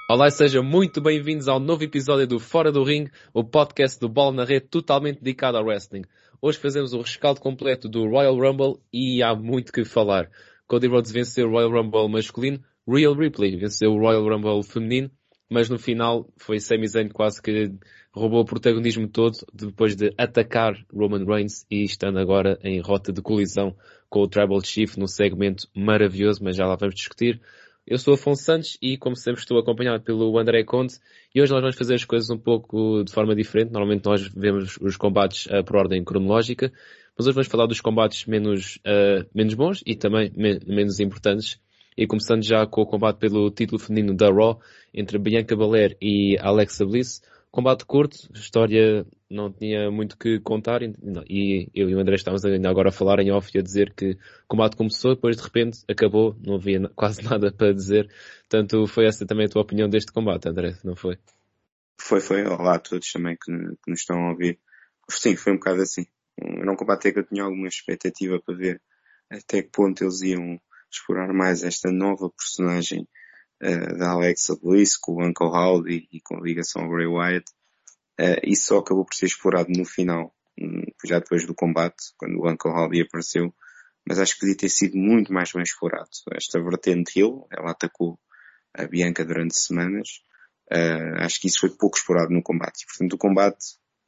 Olá e sejam muito bem-vindos ao novo episódio do Fora do Ring, o podcast do Bola na Rede totalmente dedicado ao wrestling. Hoje fazemos o rescaldo completo do Royal Rumble e há muito que falar. Cody Rhodes venceu o Royal Rumble masculino, Rhea Ripley venceu o Royal Rumble feminino, mas no final foi Sami Zayn quase que roubou o protagonismo todo depois de atacar Roman Reigns e estando agora em rota de colisão com o Tribal Chief num segmento maravilhoso, mas já lá vamos discutir. Eu sou Afonso Santos e, como sempre, estou acompanhado pelo André Conte e hoje nós vamos fazer as coisas um pouco de forma diferente. Normalmente nós vemos os combates por ordem cronológica, mas hoje vamos falar dos combates menos bons e também menos importantes. E começando já com o combate pelo título feminino da Raw entre Bianca Belair e Alexa Bliss. Combate curto, história não tinha muito que contar e eu e o André estávamos ainda agora a falar em off e a dizer que o combate começou, depois de repente acabou, não havia quase nada para dizer. Portanto, foi essa também a tua opinião deste combate, André, não foi? Foi. Olá a todos também que nos estão a ouvir. Sim, foi um bocado assim. Era um combate que eu tinha alguma expectativa para ver até que ponto eles iam explorar mais esta nova personagem da Alexa Bliss, com o Uncle Howdy e com a ligação ao Bray Wyatt. Isso só acabou por ser explorado no final, já depois do combate, quando o Uncle Howdy apareceu. Mas acho que podia ter sido muito mais bem explorado. Esta vertente heel, ela atacou a Bianca durante semanas. Acho que isso foi pouco explorado no combate. E, portanto, o combate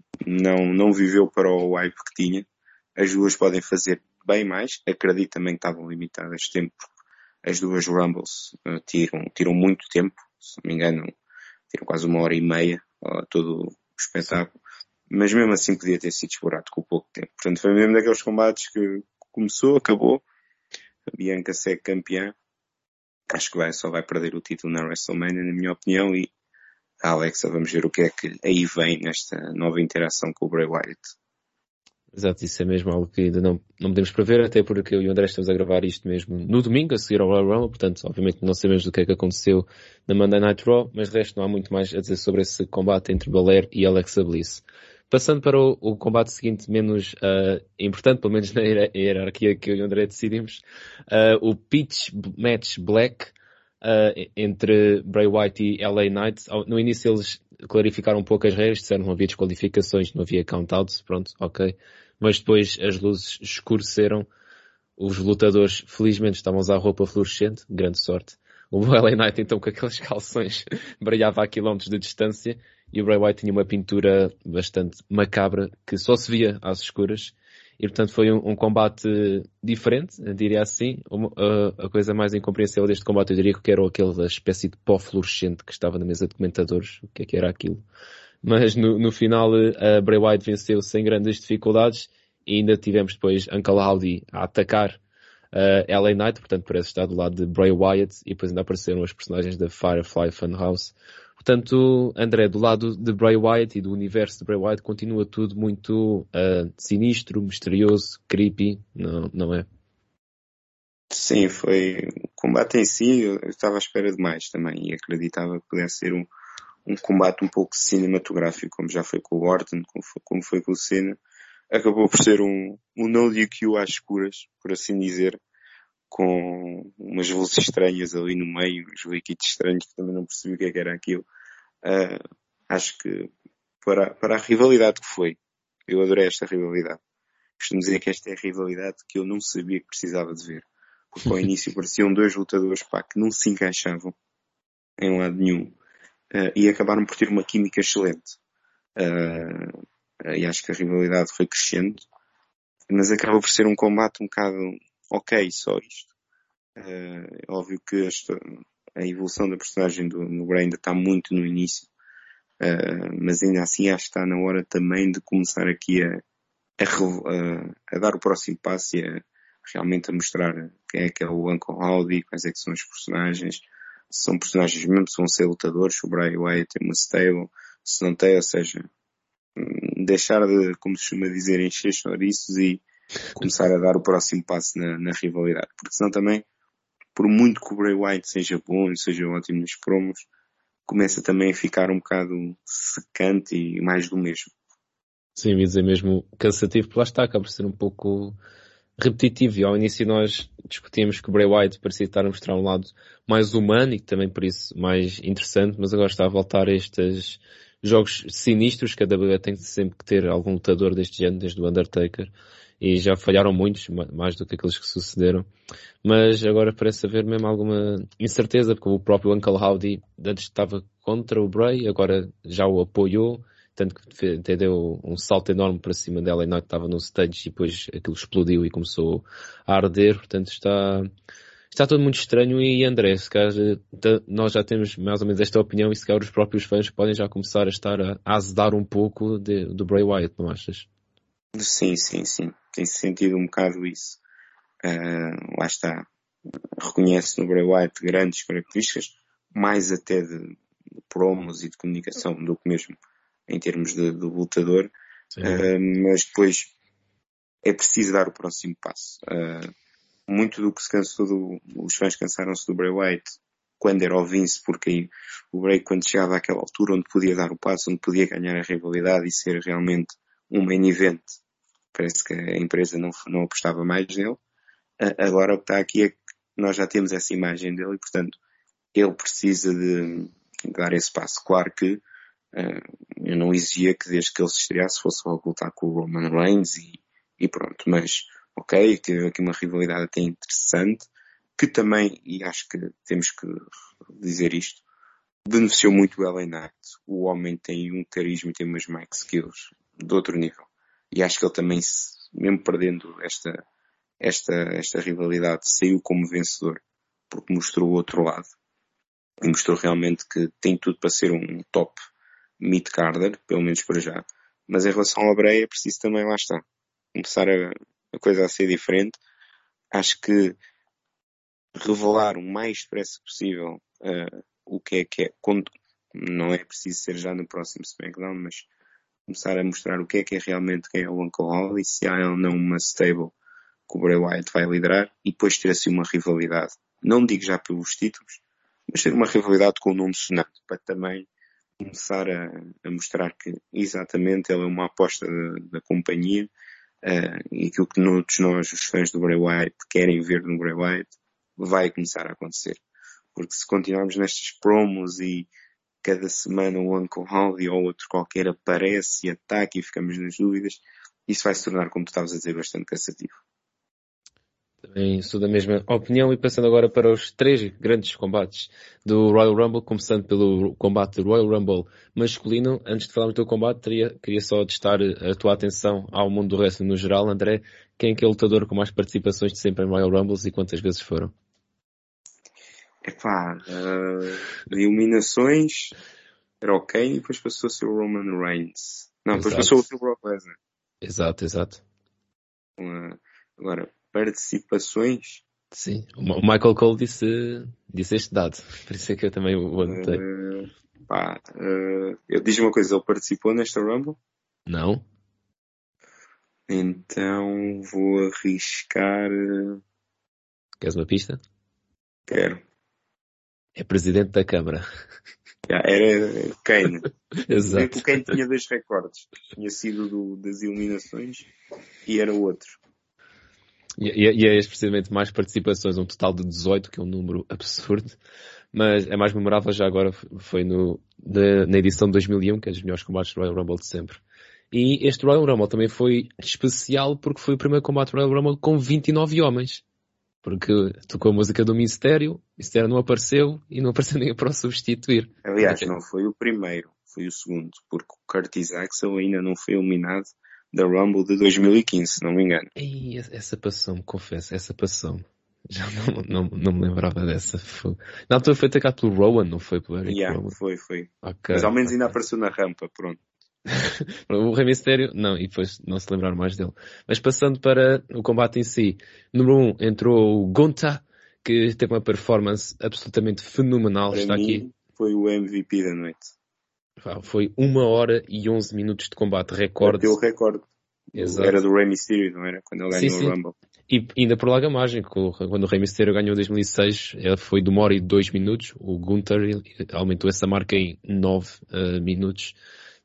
não viveu para o hype que tinha. As duas podem fazer bem mais. Acredito também que estavam limitadas de tempo. As duas Rumbles tiram muito tempo. Se não me engano, tiram quase 1h30 todo o espetáculo. Mas mesmo assim podia ter sido explorado com pouco tempo. Portanto, foi mesmo daqueles combates que começou, acabou. A Bianca segue campeã. Acho que só vai perder o título na WrestleMania, na minha opinião, e a Alexa, vamos ver o que é que aí vem nesta nova interação com o Bray Wyatt. Exato, isso é mesmo algo que ainda não podemos prever, até porque eu e o André estamos a gravar isto mesmo no domingo, a seguir ao Royal Rumble, portanto, obviamente não sabemos do que é que aconteceu na Monday Night Raw, mas de resto não há muito mais a dizer sobre esse combate entre Belair e Alexa Bliss. Passando para o combate seguinte, menos importante, pelo menos na hierarquia que eu e o André decidimos, o Pitch Match Black entre Bray Wyatt e LA Knight. No início eles clarificaram um pouco as regras, disseram que não havia desqualificações, não havia count-outs, pronto, ok. Mas depois as luzes escureceram, os lutadores felizmente estavam a usar roupa fluorescente, grande sorte. O LA Knight então com aqueles calções brilhava a quilómetros de distância e o Bray Wyatt tinha uma pintura bastante macabra que só se via às escuras. E portanto foi um combate diferente, eu diria assim. A coisa mais incompreensível deste combate eu diria que era aquela espécie de pó fluorescente que estava na mesa de comentadores. O que é que era aquilo? Mas no final a Bray Wyatt venceu sem grandes dificuldades e ainda tivemos depois Uncle Howdy a atacar LA Knight, portanto parece estar do lado de Bray Wyatt e depois ainda apareceram os personagens da Firefly Funhouse. Portanto, André, do lado de Bray Wyatt e do universo de Bray Wyatt continua tudo muito sinistro, misterioso, creepy, não é? Sim, foi o combate em si, eu estava à espera de mais também e acreditava que pudesse ser um combate um pouco cinematográfico, como já foi com o Orton, como foi com o Cena. Acabou por ser um no DQ às escuras, por assim dizer, com umas luzes estranhas ali no meio, uns líquidos estranhos que também não percebi o que era aquilo. Acho que para a rivalidade que foi, eu adorei esta rivalidade. Costumo dizer que esta é a rivalidade que eu não sabia que precisava de ver. Porque ao início pareciam dois lutadores que não se encaixavam em lado nenhum. E acabaram por ter uma química excelente. E acho que a rivalidade foi crescendo. Mas acaba por ser um combate um bocado ok, só isto. É óbvio que a evolução da personagem do Bray ainda está muito no início. Mas ainda assim acho que está na hora também de começar aqui a dar o próximo passo e realmente a mostrar quem é que é o Uncle Howdy, quais é que são os personagens, se são personagens mesmo, se vão ser lutadores, se o Bray Wyatt tem uma stable, se não tem, ou seja, deixar de, como se costuma dizer, encher chouriços e começar a dar o próximo passo na rivalidade. Porque senão também, por muito que o Bray Wyatt seja bom e seja ótimo nos promos, começa também a ficar um bocado secante e mais do mesmo. Sim, ia dizer mesmo cansativo, porque lá está, acaba por ser um pouco repetitivo. E ao início nós discutíamos que o Bray Wyatt parecia estar a mostrar um lado mais humano e também por isso mais interessante, mas agora está a voltar a estes jogos sinistros que a WWE tem sempre que ter algum lutador deste género, desde o Undertaker. E já falharam muitos, mais do que aqueles que sucederam. Mas agora parece haver mesmo alguma incerteza, porque o próprio Uncle Howdy antes estava contra o Bray, agora já o apoiou, tanto que até deu um salto enorme para cima dela e não estava no stage e depois aquilo explodiu e começou a arder, portanto está tudo muito estranho. E André, se calhar nós já temos mais ou menos esta opinião e se calhar os próprios fãs podem já começar a estar a azedar um pouco do Bray Wyatt, não achas? Sim. Tem-se sentido um bocado isso. Lá está. Reconhece no Bray Wyatt grandes características, mais até de promos e de comunicação do que mesmo em termos de lutador. Mas depois é preciso dar o próximo passo. Muito do que se cansou os fãs cansaram-se do Bray Wyatt quando era o Vince, porque aí o Bray, quando chegava àquela altura onde podia dar o passo, onde podia ganhar a rivalidade e ser realmente um main event, parece que a empresa não apostava mais nele. Agora o que está aqui é que nós já temos essa imagem dele e, portanto, ele precisa de dar esse passo. Claro que eu não exigia que desde que ele se estreasse fosse logo lutar com o Roman Reigns e pronto, mas ok, teve aqui uma rivalidade até interessante, que também, e acho que temos que dizer isto, beneficiou muito o LA Knight. O homem tem um carisma e tem umas mic skills de outro nível. E acho que ele também, mesmo perdendo esta rivalidade, saiu como vencedor, porque mostrou o outro lado. E mostrou realmente que tem tudo para ser um top mid-carder, pelo menos para já. Mas em relação ao Bray, é preciso também, lá está, começar a coisa a ser diferente. Acho que revelar o mais depressa possível o que é, quando não é preciso ser já no próximo SmackDown, mas começar a mostrar o que é realmente quem é o Uncle Howdy, se há ou não uma stable que o Bray Wyatt vai liderar, e depois ter assim uma rivalidade. Não digo já pelos títulos, mas ter uma rivalidade com o nome sonante, para também começar a mostrar que exatamente ele é uma aposta da companhia, e aquilo que todos nós, os fãs do Bray Wyatt, querem ver no Bray Wyatt, vai começar a acontecer. Porque se continuarmos nestas promos e cada semana um Uncle Howdy ou outro qualquer aparece e ataca e ficamos nas dúvidas, isso vai se tornar, como tu estavas a dizer, bastante cansativo. Também sou da mesma opinião e passando agora para os 3 grandes combates do Royal Rumble, começando pelo combate do Royal Rumble masculino. Antes de falarmos do combate, queria só testar a tua atenção ao mundo do wrestling no geral. André, quem é que é o lutador com mais participações de sempre em Royal Rumbles e quantas vezes foram? Eliminações era ok e depois passou a ser o Roman Reigns. Não, depois passou a ser o Brock Lesnar. Exato. Agora, participações. Sim, o Michael Cole disse este dado, por isso é que eu também o anotei. Eu digo uma coisa, ele participou nesta Rumble? Não. Então vou arriscar. Queres uma pista? Quero. É presidente da Câmara. Era Kane. Exato. O Kane tinha 2 recordes. Tinha sido das eliminações e era outro. E é precisamente mais participações, um total de 18, que é um número absurdo. Mas é mais memorável já agora foi na edição de 2001, que é dos melhores combates do Royal Rumble de sempre. E este Royal Rumble também foi especial porque foi o primeiro combate do Royal Rumble com 29 homens. Porque tocou a música do Mistério não apareceu e não apareceu ninguém para o substituir. Aliás, não foi o primeiro, foi o segundo, porque o Curtis Axel ainda não foi eliminado da Rumble de 2015, se não me engano. Ei, essa passou-me, confesso, essa passou-me. Já não me lembrava dessa. Na altura foi atacado pelo Rowan, não foi pelo Eric Rowan? Foi. Okay, mas ao menos ainda apareceu na rampa, pronto. O Rey Mysterio, não, e depois não se lembraram mais dele. Mas passando para o combate em si, número 1 entrou o Gunta, que teve uma performance absolutamente fenomenal. Para está mim, aqui. Foi o MVP da noite. Foi 1 hora e 11 minutos de combate, recorde. Bateu o recorde. Exato. Era do Rey Mysterio, não era? Quando ele ganhou o Rumble. E ainda por larga margem, quando o Rey Mysterio ganhou em 2006, ele foi de 1 hora e 2 minutos. O Gunther aumentou essa marca em 9 minutos.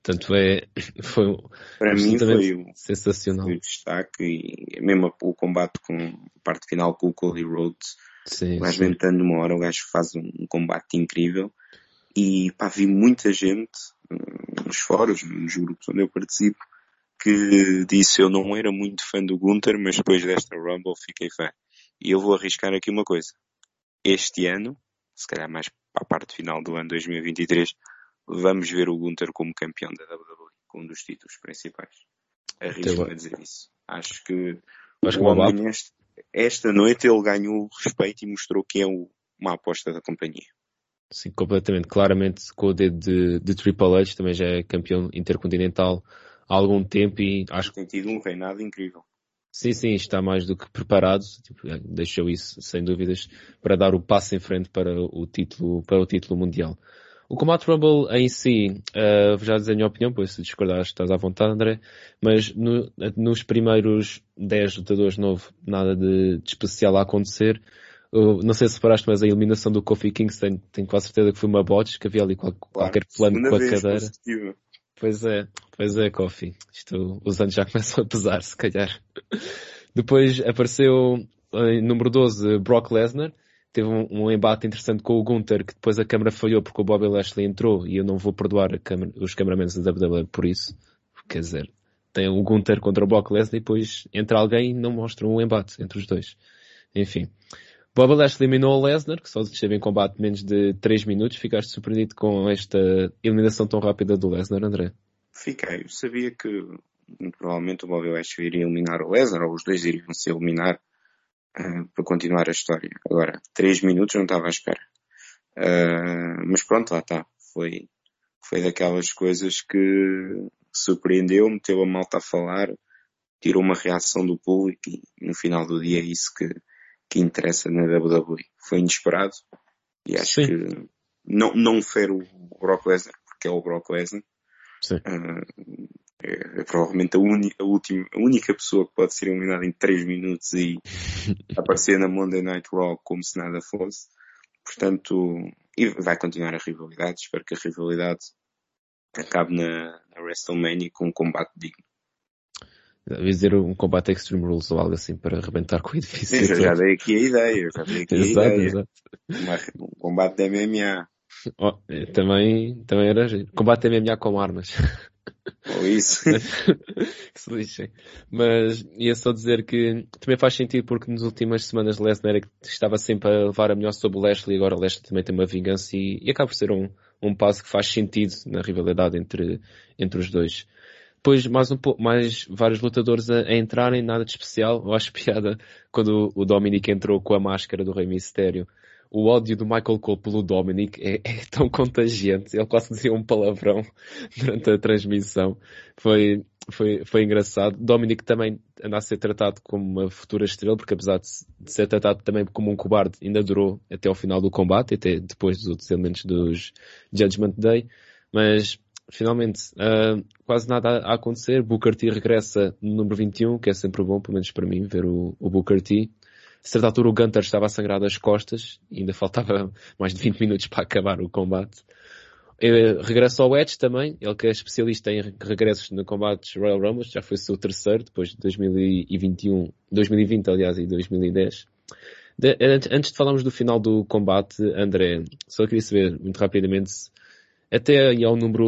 Portanto, foi Para mim absolutamente foi sensacional. o destaque e mesmo o combate com a parte final com o Cody Rhodes. Sim, O gajo sim. vem metendo numa hora, o gajo faz um combate incrível. E pá, vi muita gente nos fóruns, nos grupos onde eu participo, que disse eu não era muito fã do Gunther, mas depois desta Rumble fiquei fã. E eu vou arriscar aqui uma coisa. Este ano, se calhar mais para a parte final do ano 2023, vamos ver o Gunther como campeão da WWE, com um dos títulos principais. Arrisco-me a dizer isso. Acho que Acho que o uma BAP. homem esta noite ele ganhou respeito e mostrou que é uma aposta da companhia. Sim, completamente. Claramente, com o dedo de Triple H, também já é campeão intercontinental há algum tempo e acho que Tem tido um reinado incrível. sim, está mais do que preparado. Tipo, deixou isso, sem dúvidas, para dar o passo em frente para o título mundial. O Combate Rumble em si, vou já dizer a minha opinião, pois se discordares estás à vontade, André, mas nos primeiros 10 lutadores não houve nada de especial a acontecer. Não sei se reparaste, mas a eliminação do Kofi Kingston, tenho quase certeza que foi uma botch, que havia ali Claro, qualquer plano segunda com a vez cadeira. consecutiva. Pois é, Kofi. Os anos já começam a pesar, se calhar. Depois apareceu em número 12 Brock Lesnar. Teve um embate interessante com o Gunther, que depois a câmara falhou porque o Bobby Lashley entrou e eu não vou perdoar os cameramans da WWE por isso. Quer dizer, tem o Gunther contra o Brock Lesnar e depois entra alguém e não mostra um embate entre os dois. Enfim. Bobby Lashley eliminou o Lesnar, que só esteve em combate menos de 3 minutos. Ficaste surpreendido com esta eliminação tão rápida do Lesnar, André? Fiquei. Eu sabia que muito provavelmente o Bobby Lashley iria eliminar o Lesnar, ou os dois iriam se eliminar para continuar a história. Agora, 3 minutos não estava à espera. Mas pronto, lá está. Foi daquelas coisas que surpreendeu, meteu a malta a falar, tirou uma reação do público e no final do dia é isso que interessa na WWE. Foi inesperado e acho Sim. que não fere o Brock Lesnar, porque é o Brock Lesnar. Sim. É provavelmente a única pessoa que pode ser eliminada em 3 minutos e aparecer na Monday Night Raw como se nada fosse. Portanto, e vai continuar a rivalidade. Espero que a rivalidade acabe na WrestleMania com um combate digno. Devia dizer um combate Extreme Rules ou algo assim para arrebentar com o edifício Eu já todo. dei aqui a ideia, Exato. Um combate de MMA. Oh, também era giro. Combate MMA com armas. Ou isso. Que se lixem. Mas ia só dizer que também faz sentido porque nas últimas semanas Lesnar estava sempre a levar a melhor sobre o Lashley e agora o Lashley também tem uma vingança e acaba por ser um passo que faz sentido na rivalidade entre os dois. Depois mais vários lutadores a entrarem, nada de especial. Eu acho piada quando o Dominic entrou com a máscara do Rey Mysterio. O ódio do Michael Cole pelo Dominic é tão contagiante. Ele quase dizia um palavrão durante a transmissão. Foi engraçado. Dominic também anda a ser tratado como uma futura estrela, porque apesar de ser tratado também como um cobarde, ainda durou até ao final do combate, até depois dos outros elementos dos Judgment Day. Mas finalmente, quase nada a acontecer. Booker T regressa no número 21, que é sempre bom, pelo menos para mim, ver o Booker T. A certa altura o Gunther estava a sangrar das costas, e ainda faltava mais de 20 minutos para acabar o combate. Regressa ao Edge também, ele que é especialista em regressos no combate Royal Rumble, já foi o seu terceiro, depois de 2020, aliás, e 2010. Antes de falarmos do final do combate, André, só queria saber, muito rapidamente, até aí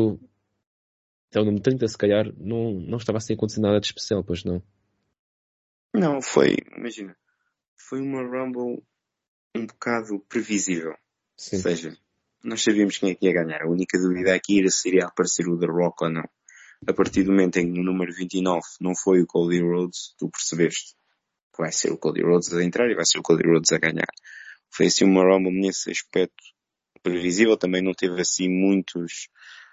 até o número 30, se calhar, não estava assim acontecendo nada de especial, pois não? Não, imagina, foi uma Rumble um bocado previsível. Sim. Ou seja, nós sabíamos quem é que ia ganhar. A única dúvida aqui seria aparecer o The Rock ou não. A partir do momento em que no número 29 não foi o Cody Rhodes, tu percebeste que vai ser o Cody Rhodes a entrar e vai ser o Cody Rhodes a ganhar. Foi assim uma Rumble nesse aspecto previsível. Também não teve assim muitos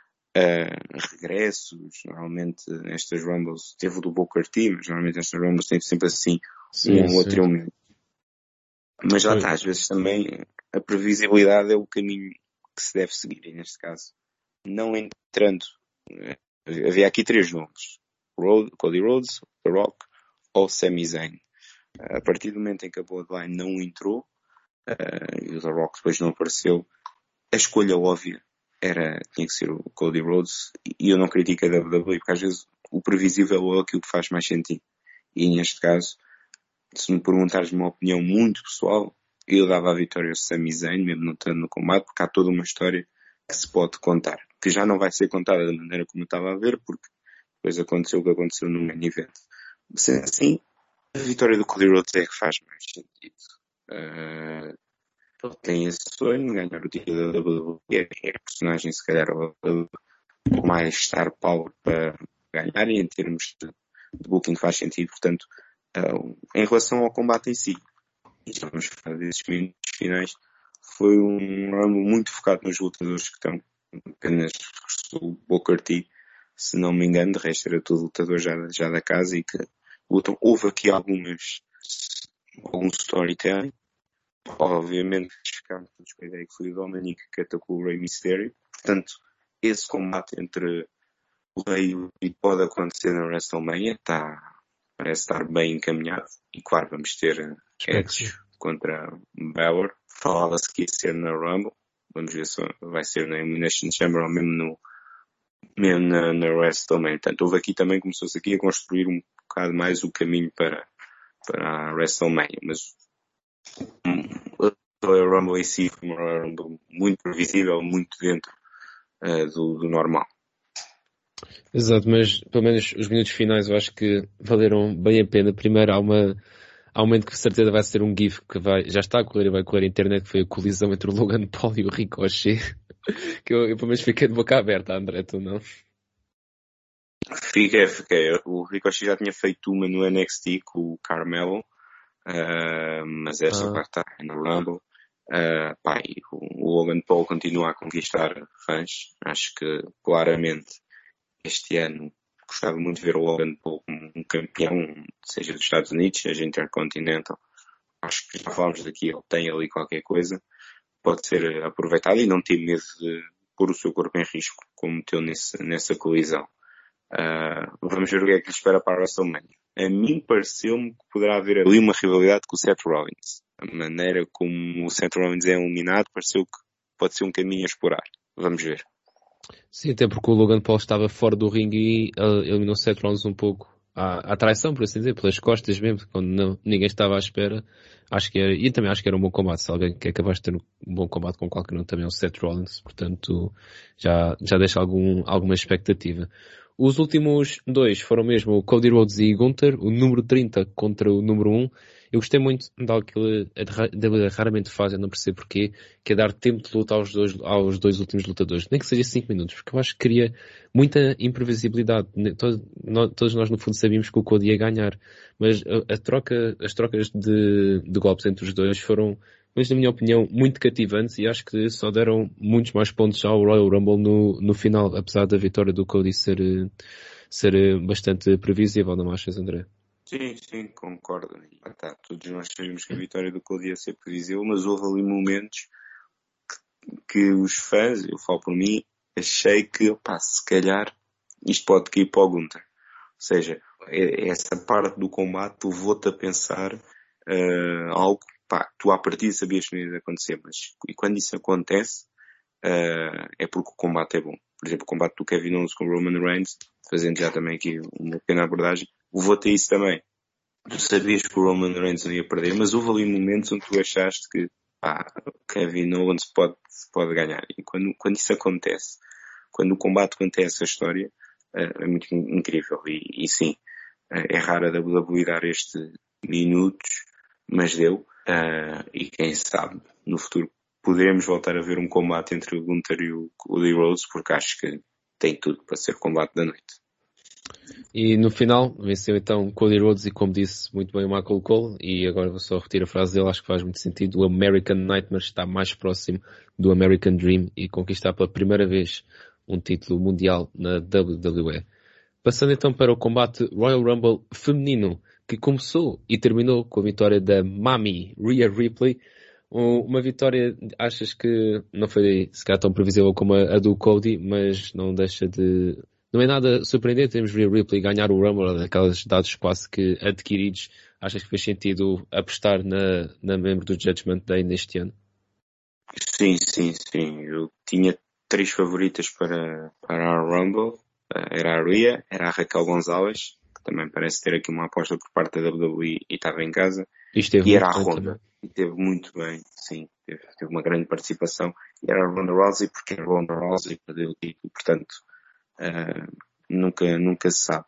regressos. Normalmente nestas Rumbles teve o do Booker T, mas normalmente nestas Rumbles tem sempre assim um ou outro elemento. Mas lá está, às vezes também a previsibilidade é o caminho que se deve seguir, e neste caso, não entrando, havia aqui 3 nomes, Cody Rhodes, The Rock ou Sami Zayn. A partir do momento em que a Bloodline não entrou, e o The Rock depois não apareceu, a escolha óbvia tinha que ser o Cody Rhodes, e eu não critico a WWE, porque às vezes o previsível é aquilo que faz mais sentido. E neste caso, se me perguntares uma opinião muito pessoal, eu dava a vitória ao Sami Zayn, mesmo não estando no combate, porque há toda uma história que se pode contar, que já não vai ser contada da maneira como eu estava a ver, porque depois aconteceu o que aconteceu no main event. Sendo assim, a vitória do Cody Rhodes é que faz mais sentido. Ele tem esse sonho de ganhar o título da WWE, é a personagem se calhar o mais star power para ganhar, e em termos de booking faz sentido. Portanto, em relação ao combate em si, e já vamos falar desses minutos finais, foi um Rumble muito focado nos lutadores que estão. Apenas o Booker T, se não me engano, de resto era tudo lutador já da casa e que lutam. Houve aqui algum storytelling. Obviamente ficámos todos com a ideia que foi o Dominic que atacou o Rey Mysterio. Portanto, esse combate entre o Rey e pode acontecer na WrestleMania, parece estar bem encaminhado. E claro, vamos ter Edge contra Balor. Falava-se que ia ser na Rumble. Vamos ver se vai ser na Elimination Chamber ou mesmo na WrestleMania. Portanto, houve aqui também, começou-se aqui a construir um bocado mais o caminho para a WrestleMania. Mas o Royal Rumble em si foi uma Royal Rumble muito previsível, muito dentro do normal. Exato, mas pelo menos os minutos finais eu acho que valeram bem a pena. Primeiro há um momento que com certeza vai ser um GIF que já está a correr e vai correr na internet, que foi a colisão entre o Logan Paul e o Ricochet, que eu pelo menos fiquei de boca aberta, André, tu não? Fiquei. O Ricochet já tinha feito uma no NXT com o Carmelo, mas esta claro está no Rumble. E o Logan Paul continua a conquistar fãs. Acho que claramente este ano gostava muito de ver o Logan Paul como um campeão, seja dos Estados Unidos, seja Intercontinental. Acho que já falámos daqui, ele tem ali qualquer coisa, pode ser aproveitado e não tem medo de pôr o seu corpo em risco, como meteu nessa colisão. Vamos ver o que é que lhe espera para a WrestleMania. A mim pareceu-me que poderá haver ali uma rivalidade com o Seth Rollins. A maneira como o Seth Rollins é eliminado pareceu que pode ser um caminho a explorar. Vamos ver. Sim, até porque o Logan Paul estava fora do ringue e eliminou Seth Rollins um pouco à traição, por assim dizer, pelas costas mesmo, quando ninguém estava à espera. Acho que era, e também acho que era um bom combate. Se alguém que é capaz de ter um bom combate com qualquer um, também é o Seth Rollins, portanto já deixa alguma expectativa. Os últimos dois foram mesmo o Cody Rhodes e Gunther, o número 30 contra o número 1. Eu gostei muito daquilo que raramente fazem, não percebo porquê, que é dar tempo de luta aos dois últimos lutadores. Nem que seja 5 minutos, porque eu acho que cria muita imprevisibilidade. Todos nós no fundo sabíamos que o Cody ia ganhar, mas as trocas de golpes entre os dois foram, mas na minha opinião, muito cativantes e acho que só deram muitos mais pontos ao Royal Rumble no final, apesar da vitória do Cody ser bastante previsível, não achas, André? Sim, concordo. Todos nós sabíamos que a vitória do Cody ia ser previsível, mas houve ali momentos que os fãs, eu falo por mim, achei que, se calhar isto pode ir para o Gunther. Ou seja, essa parte do combate levou-te a pensar algo, tu à partida sabias que não ia acontecer, mas e quando isso acontece, é porque o combate é bom. Por exemplo, o combate do Kevin Owens com o Roman Reigns, fazendo já também aqui uma pequena abordagem, levou-te a isso também. Tu sabias que o Roman Reigns não ia perder, mas houve ali momentos onde tu achaste que o Kevin Owens pode ganhar. E quando isso acontece, quando o combate contém essa história, é muito incrível. E sim, é raro a WWE dar este minutos, mas deu. E quem sabe, no futuro, poderemos voltar a ver um combate entre o Gunther e o Cody Rhodes, porque acho que tem tudo para ser combate da noite. E no final, venceu então Cody Rhodes e, como disse muito bem o Michael Cole, e agora vou só repetir a frase dele, acho que faz muito sentido, o American Nightmare está mais próximo do American Dream e conquistar pela primeira vez um título mundial na WWE. Passando então para o combate Royal Rumble feminino, que começou e terminou com a vitória da Mami Rhea Ripley. Uma vitória, achas que não foi se calhar tão previsível como a do Cody, mas não deixa de... Não é nada surpreendente termos Rhea Ripley ganhar o Rumble, daqueles dados quase que adquiridos. Achas que fez sentido apostar na membro do Judgment Day neste ano? Sim. Eu tinha três favoritas para a Rumble. Era a Rhea, era a Raquel Gonzalez, que também parece ter aqui uma aposta por parte da WWE e estava em casa. E era a Ronda. E teve muito bem, sim. Teve uma grande participação. E era a Ronda Rousey, porque a Ronda Rousey perdeu o título. Portanto, nunca se sabe.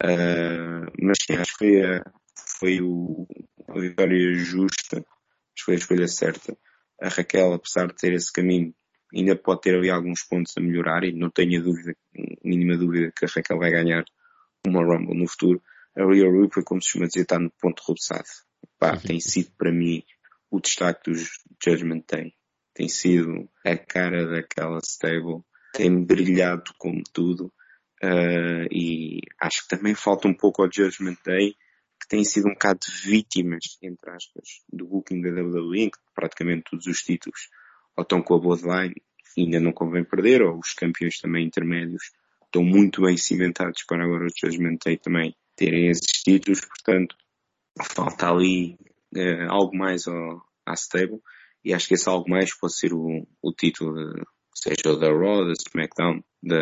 Mas sim, acho que foi a vitória justa. Acho que foi a escolha certa. A Raquel, apesar de ter esse caminho, ainda pode ter ali alguns pontos a melhorar e não tenho mínima dúvida que a Raquel vai ganhar uma Rumble no futuro. A Rhea Ripley, como se chama dizer, está no ponto rebuçado. Tem sido para mim o destaque dos Judgment Day. Tem sido a cara daquela stable. Tem brilhado como tudo. E acho que também falta um pouco ao Judgment Day, que têm sido um bocado vítimas, entre aspas, do booking da WWE, em que praticamente todos os títulos ou estão com a Bloodline e ainda não convém perder, ou os campeões também intermédios estão muito bem cimentados para agora os Judgment Day também terem esses títulos. Portanto, falta ali algo mais à stable, e acho que esse algo mais pode ser o título, seja da Raw, da SmackDown,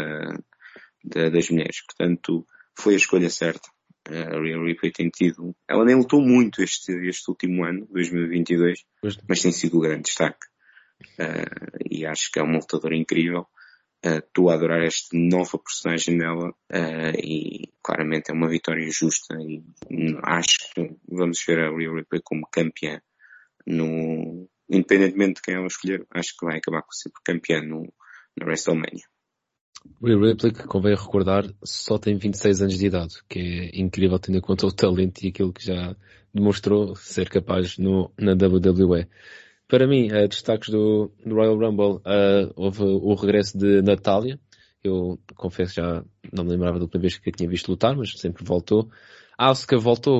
das mulheres. Portanto, foi a escolha certa. A Rhea Ripley tem tido, ela nem lutou muito este último ano, 2022, mas tem sido o grande destaque. E acho que é uma lutadora incrível. Estou a adorar esta nova personagem dela, e claramente é uma vitória justa, e acho que vamos ver a Rhea Ripley como campeã independentemente de quem ela escolher. Acho que vai acabar por ser campeã no WrestleMania. Rhea Ripley, que convém recordar, só tem 26 anos de idade, que é incrível tendo em conta o talento e aquilo que já demonstrou ser capaz na WWE. Para mim, destaques do Royal Rumble, houve o regresso de Natália. Eu confesso, já não me lembrava da última vez que a tinha visto lutar, mas sempre voltou. Asuka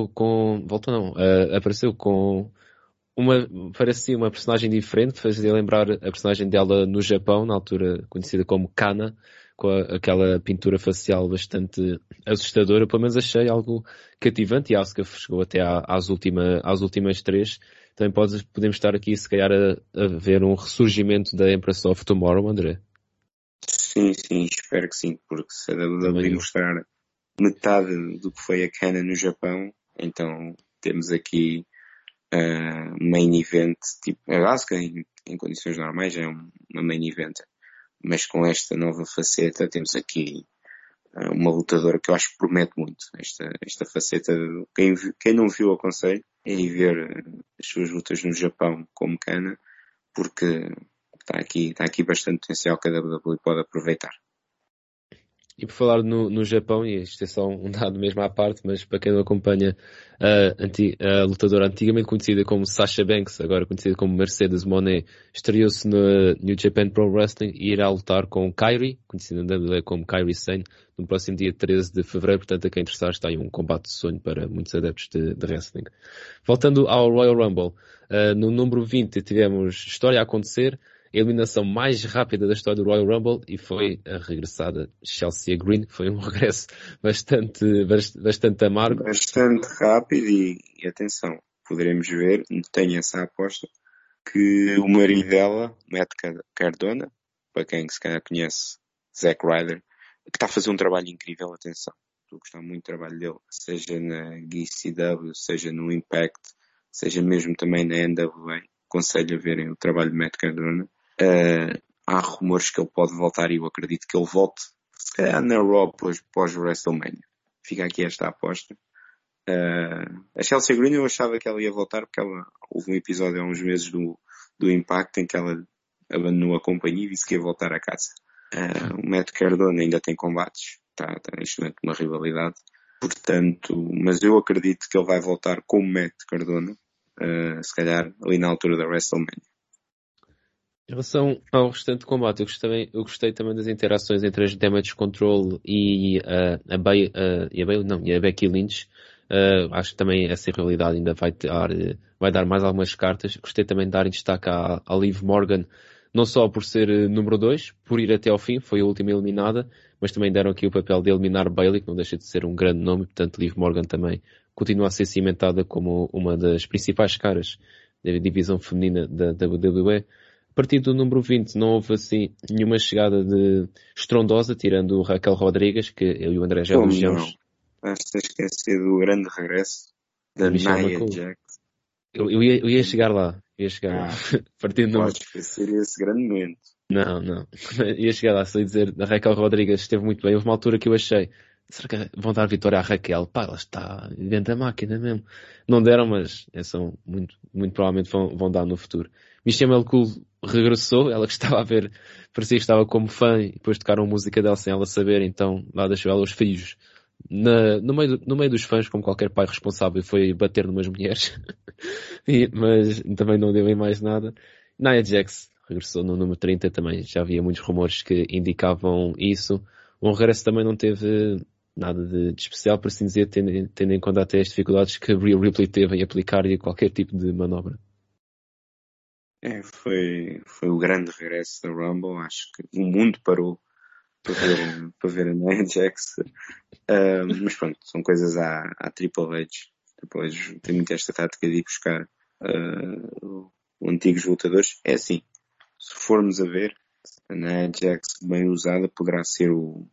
apareceu com parecia uma personagem diferente, fazia lembrar a personagem dela no Japão, na altura conhecida como Kana, com aquela pintura facial bastante assustadora. Pelo menos achei algo cativante, e a Asuka chegou até às últimas três. Também podemos estar aqui, se calhar, a ver um ressurgimento da Empress of Tomorrow, André. Sim, espero que sim, porque se a WWE mostrar metade do que foi a Kana no Japão, então temos aqui main event, tipo, a Asuka em condições normais é uma main event, mas com esta nova faceta temos aqui uma lutadora que eu acho que promete muito. Esta faceta, quem não viu, aconselho é ir ver as suas lutas no Japão como Kana, porque está aqui bastante potencial que a WWE pode aproveitar. E por falar no Japão, e isto é só um dado mesmo à parte, mas para quem não acompanha, a lutadora antigamente conhecida como Sasha Banks, agora conhecida como Mercedes Moné, estreou-se no New Japan Pro Wrestling e irá lutar com Kairi, conhecida na WWE como Kairi Sane, no próximo dia 13 de fevereiro. Portanto, a quem interessar, está aí um combate de sonho para muitos adeptos de wrestling. Voltando ao Royal Rumble, no número 20 tivemos história a acontecer, a eliminação mais rápida da história do Royal Rumble, e foi a regressada Chelsea Green, que foi um regresso bastante amargo. Bastante rápido e atenção, poderemos ver, tenho essa aposta, que o marido dela, Matt Cardona, para quem se calhar conhece, Zack Ryder, que está a fazer um trabalho incrível, atenção. Estou a gostar muito do trabalho dele, seja na GCW, seja no Impact, seja mesmo também na NWA. Aconselho a verem o trabalho de Matt Cardona. Há rumores que ele pode voltar e eu acredito que ele volte, se calhar na Raw pós-WrestleMania. Fica aqui esta aposta. A Chelsea Green eu achava que ela ia voltar, porque houve um episódio há uns meses do Impact em que ela abandonou a companhia e disse que ia voltar a casa. O Matt Cardona ainda tem combates, está neste momento uma rivalidade, portanto, mas eu acredito que ele vai voltar como Matt Cardona, se calhar ali na altura da WrestleMania. Em relação ao restante combate, eu gostei também das interações entre as Damage Control e a Becky Lynch. Acho que também essa realidade ainda vai dar mais algumas cartas. Gostei também de dar destaque à Liv Morgan, não só por ser número 2, por ir até ao fim, foi a última eliminada, mas também deram aqui o papel de eliminar Bayley, que não deixa de ser um grande nome. Portanto, Liv Morgan também continua a ser cimentada como uma das principais caras da divisão feminina da WWE. A partir do número 20 não houve assim nenhuma chegada de estrondosa, tirando o Raquel Rodrigues, que eu e o André já Como não? elogiamos. Acho que esquecido do grande regresso da Michelle Nia McCool. Jax. Eu ia chegar lá. Ia chegar lá. A partir do número... Podes esquecer esse grande momento. Não. Ia chegar lá, só ia dizer, a Raquel Rodrigues esteve muito bem. Houve uma altura que eu achei, será que vão dar vitória à Raquel? Pá, ela está dentro da máquina mesmo. Não deram, mas são muito provavelmente vão dar no futuro. Michelle McCool regressou, ela que estava a ver, parecia que estava como fã, e depois tocaram música dela sem ela saber, então lá deixou ela aos fios. No meio dos fãs, como qualquer pai responsável, foi bater numas mulheres. Mas também não deu em mais nada. Nia Jax regressou no número 30 também. Já havia muitos rumores que indicavam isso. O regresso também não teve nada de especial, por assim dizer, tendo em conta até as dificuldades que a Rhea Ripley teve em aplicar a qualquer tipo de manobra. Foi o grande regresso da Rumble. Acho que o mundo parou para ver a Nia Jax. Mas pronto, são coisas à Triple H. Triple H tem muito esta tática de ir buscar antigos lutadores. É assim, se formos a ver, a Nia Jax bem usada poderá ser o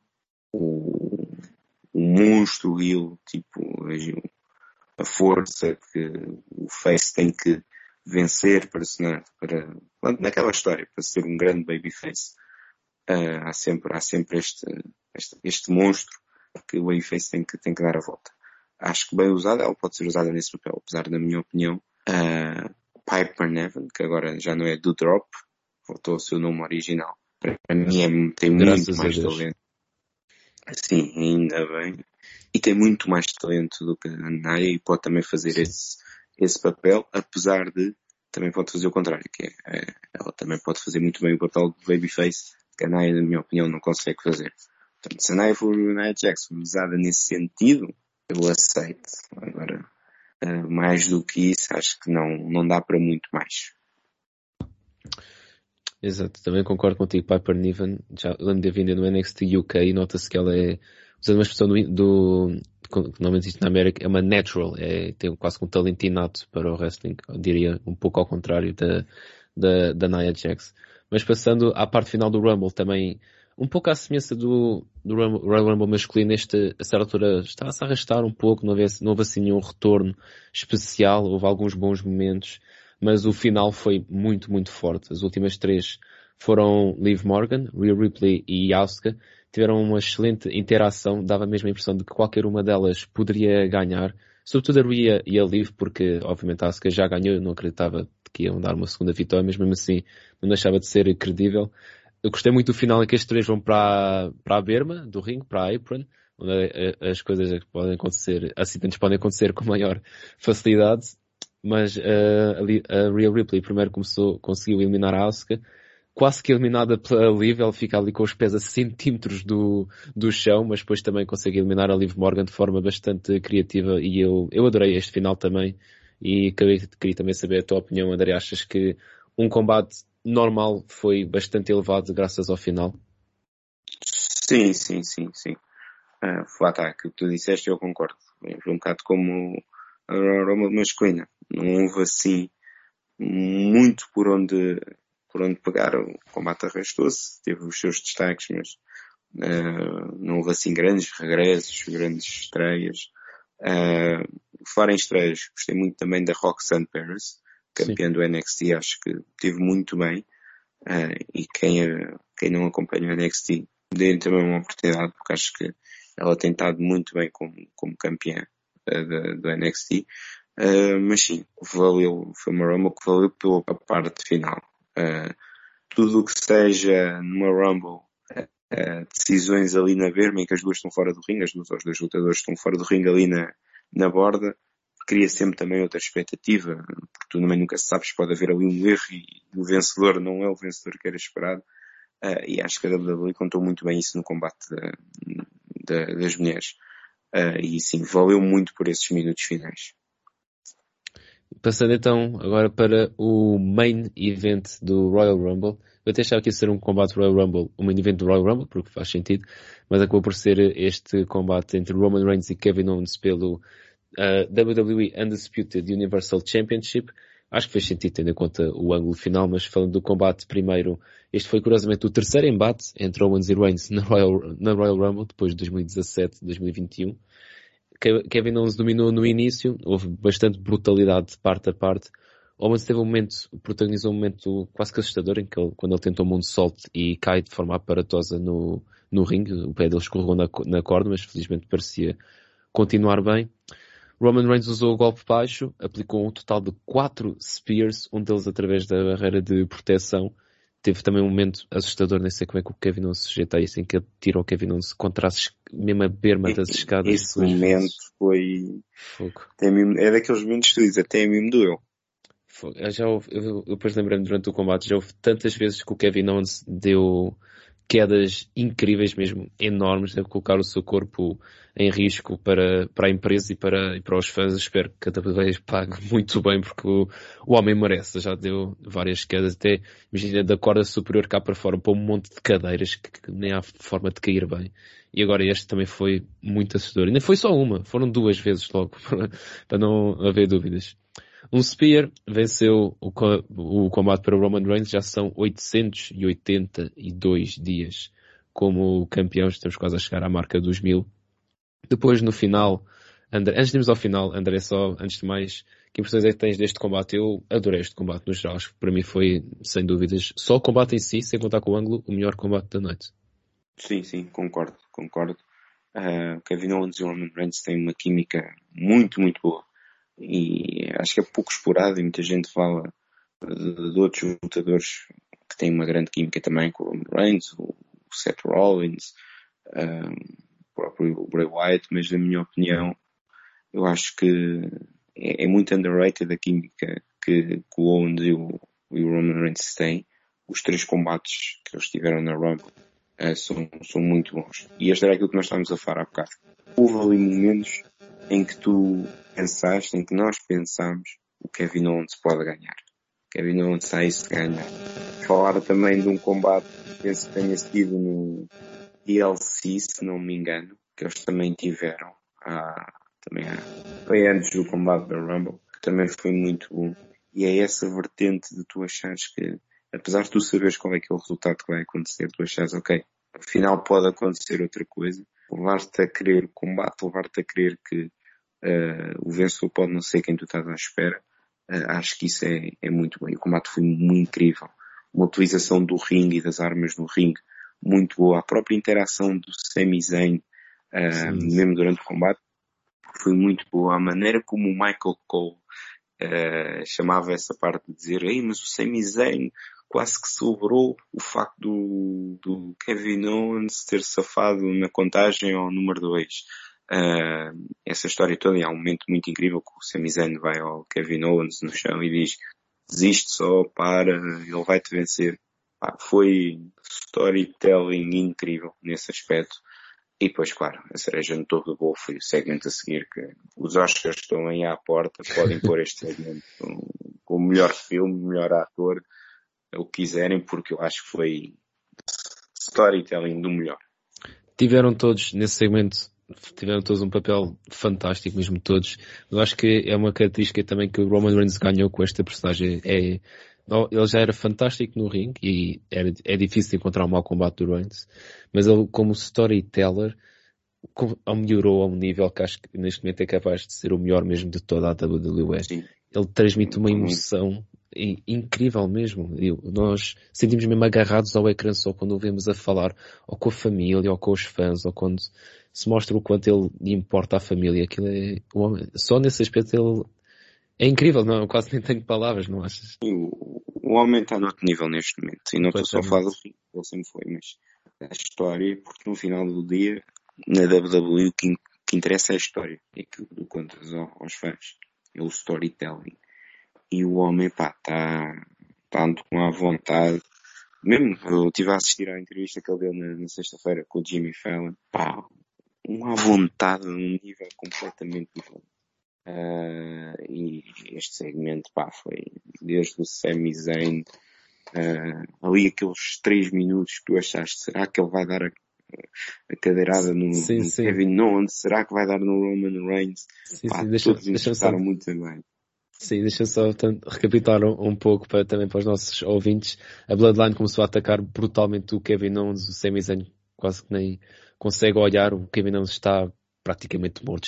monstro heel, tipo a força que o face tem que vencer para naquela história, para ser um grande babyface. Há sempre este monstro que o babyface tem que dar a volta. Acho que bem usada, ela pode ser usada nesse papel, apesar da minha opinião. Piper Niven, que agora já não é do Drop, voltou ao seu nome original. Para mim tem muito mais talento. Sim, ainda bem. E tem muito mais talento do que a Nia e pode também fazer esse papel, apesar de também pode fazer o contrário, que ela também pode fazer muito bem o papel de babyface, que a Nia, na minha opinião, não consegue fazer. Portanto, se a Nia for a Nia Jax usada nesse sentido, eu aceito. Agora, mais do que isso, acho que não dá para muito mais. Exato, também concordo contigo. Piper Niven, já lembro de vir no NXT UK e nota-se que ela é, usando uma expressão que normalmente existe na América, é uma natural, tem quase um talento inato para o wrestling, eu diria um pouco ao contrário da Nia Jax. Mas passando à parte final do Rumble também, um pouco à semelhança do Royal Rumble masculino, a certa altura está-se a arrastar um pouco, não houve assim nenhum retorno especial, houve alguns bons momentos, mas o final foi muito, muito forte. As últimas três foram Liv Morgan, Rhea Ripley e Asuka. Tiveram uma excelente interação, dava mesmo a impressão de que qualquer uma delas poderia ganhar, sobretudo a Rhea e a Liv, porque obviamente a Asuka já ganhou, eu não acreditava que iam dar uma segunda vitória, mas mesmo assim não deixava de ser credível. Eu gostei muito do final em que as três vão para a berma do ringue, para a apron, onde as coisas podem acontecer, acidentes podem acontecer com maior facilidade, mas a Rhea Ripley primeiro conseguiu eliminar a Asuka, quase que eliminada pela Liv, ela fica ali com os pés a centímetros do chão, mas depois também consegue eliminar a Liv Morgan de forma bastante criativa e eu adorei este final também e queria também saber a tua opinião, André. Achas que um combate normal foi bastante elevado graças ao final? Sim. Lá está, aquilo que tu disseste eu concordo. Foi um bocado como a Rumble masculina. Não houve assim muito por onde pegar. O combate arrastou-se, teve os seus destaques, mas não houve assim grandes regressos, grandes estreias. Falar em estreias, gostei muito também da Roxanne Perez, campeã do NXT, acho que teve muito bem. E quem não acompanha o NXT, dê também uma oportunidade, porque acho que ela tem estado muito bem como campeã do NXT. Mas sim, foi uma Rumble que valeu pela parte final. Tudo o que seja numa Rumble, decisões ali na berma em que as duas estão fora do ringue, os dois lutadores estão fora do ringue ali na borda, cria sempre também outra expectativa, porque tu também nunca sabes, pode haver ali um erro e o vencedor não é o vencedor que era esperado. E acho que a WWE contou muito bem isso no combate das mulheres. E sim, valeu muito por esses minutos finais. Passando então agora para o main event do Royal Rumble. Eu até achava que ia ser um combate Royal Rumble, um main event do Royal Rumble, porque faz sentido, mas acabou por ser este combate entre Roman Reigns e Kevin Owens pelo WWE Undisputed Universal Championship. Acho que fez sentido tendo em conta o ângulo final, mas falando do combate primeiro, este foi curiosamente o terceiro embate entre Owens e Reigns na Royal Rumble, depois de 2017, 2021. Kevin Owens dominou no início, houve bastante brutalidade de parte a parte. Owens teve protagonizou um momento quase que assustador, quando ele tentou um moonsault e cai de forma aparatosa no ringue. O pé dele escorregou na corda, mas felizmente parecia continuar bem. Roman Reigns usou o golpe baixo, aplicou um total de 4 spears, um deles através da barreira de proteção. Teve também um momento assustador, nem sei como é que o Kevin Owens se sujeita a isso, em que ele tira o Kevin Owens contra mesmo a berma das escadas. Esse momento foi... Fogo. É daqueles momentos que tu dizes, até a mim me doeu. Eu depois lembrei-me durante o combate, já houve tantas vezes que o Kevin Owens deu quedas incríveis mesmo, enormes, deve colocar o seu corpo em risco para a empresa e para os fãs. Espero que a WWE pague muito bem, porque o homem merece. Já deu várias quedas, até imagina da corda superior cá para fora, para um monte de cadeiras que nem há forma de cair bem. E agora este também foi muito assustador. E nem foi só uma, foram 2 vezes logo, para não haver dúvidas. Um Spear venceu o combate para o Roman Reigns, já são 882 dias como campeão, estamos quase a chegar à marca dos 1000. Depois no final, antes de irmos ao final, André, só antes de mais, que impressões é que tens deste combate? Eu adorei este combate no geral, acho que para mim foi, sem dúvidas, só o combate em si, sem contar com o ângulo, o melhor combate da noite. Sim, concordo. Kevin Owens e Roman Reigns têm uma química muito, muito boa. E acho que é pouco explorado e muita gente fala de outros lutadores que têm uma grande química também, com o Roman Reigns, o Seth Rollins, o próprio Bray Wyatt, mas na minha opinião eu acho que é muito underrated a química que o Owens e o Roman Reigns têm. Os 3 combates que eles tiveram na Rumble são muito bons. E este era aquilo que nós estávamos a falar há bocado. Houve ali momentos em que em que nós pensámos, o Kevin Owens pode ganhar. Kevin Owens sai isso de ganhar. Falaram também de um combate, penso que tenha sido no DLC, se não me engano, que eles também tiveram. Foi antes do combate da Rumble, que também foi muito bom. E é essa vertente de tu achares que, apesar de tu saberes qual é que é o resultado que vai acontecer, tu achares, ok, afinal pode acontecer outra coisa, levar-te a querer o combate, levar-te a querer que o vencedor pode não ser quem tu estás à espera. Acho que isso é muito bom. E o combate foi muito incrível. Uma utilização do ringue e das armas no ringue muito boa. A própria interação do Sami Zayn, mesmo durante o combate, foi muito boa. A maneira como o Michael Cole chamava essa parte de dizer, ei, mas o Sami Zayn quase que sobrou o facto do Kevin Owens ter safado na contagem ao número 2. Essa história toda, e há um momento muito incrível que o Sami Zayn vai ao Kevin Owens no chão e diz, desiste só, para, ele vai-te vencer. Foi storytelling incrível nesse aspecto. E depois, claro, a cereja no topo do bolo foi o segmento a seguir, que os Oscars estão aí à porta, podem pôr este segmento com o melhor filme, melhor ator, o que quiserem, porque eu acho que foi storytelling do melhor. Tiveram todos, nesse segmento, tiveram todos um papel fantástico, mesmo todos. Eu acho que é uma característica também que o Roman Reigns ganhou com esta personagem. Ele já era fantástico no ringue e é difícil encontrar um mau combate do Reigns, mas ele como storyteller melhorou a um nível que acho que neste momento é capaz de ser o melhor mesmo de toda a WWE. Sim. Ele transmite uma emoção incrível mesmo. Nós sentimos mesmo agarrados ao ecrã só quando o vemos a falar, ou com a família, ou com os fãs, ou quando se mostra o quanto ele lhe importa a família. Aquilo só nesse aspecto ele é incrível, não, quase nem tenho palavras, não achas? O homem está noutro nível neste momento, e não estou só a falar do fim, ele sempre foi, mas a história, porque no final do dia, na WWE, o que interessa é a história, é aquilo que tu contas aos fãs, é o storytelling. E o homem, está com a vontade. Mesmo, eu estive a assistir à entrevista que ele deu na sexta-feira com o Jimmy Fallon. Uma vontade num nível completamente diferente. E este segmento, foi desde o Sami Zayn, ali aqueles 3 minutos que tu achaste, será que ele vai dar a cadeirada no Kevin Owens? Será que vai dar no Roman Reigns? Todos interpretaram muito bem. Sim, deixa só recapitular um pouco também para os nossos ouvintes. A Bloodline começou a atacar brutalmente o Kevin Owens, o Sami Zayn quase que nem consegue olhar, o Kevin Owens está praticamente morto,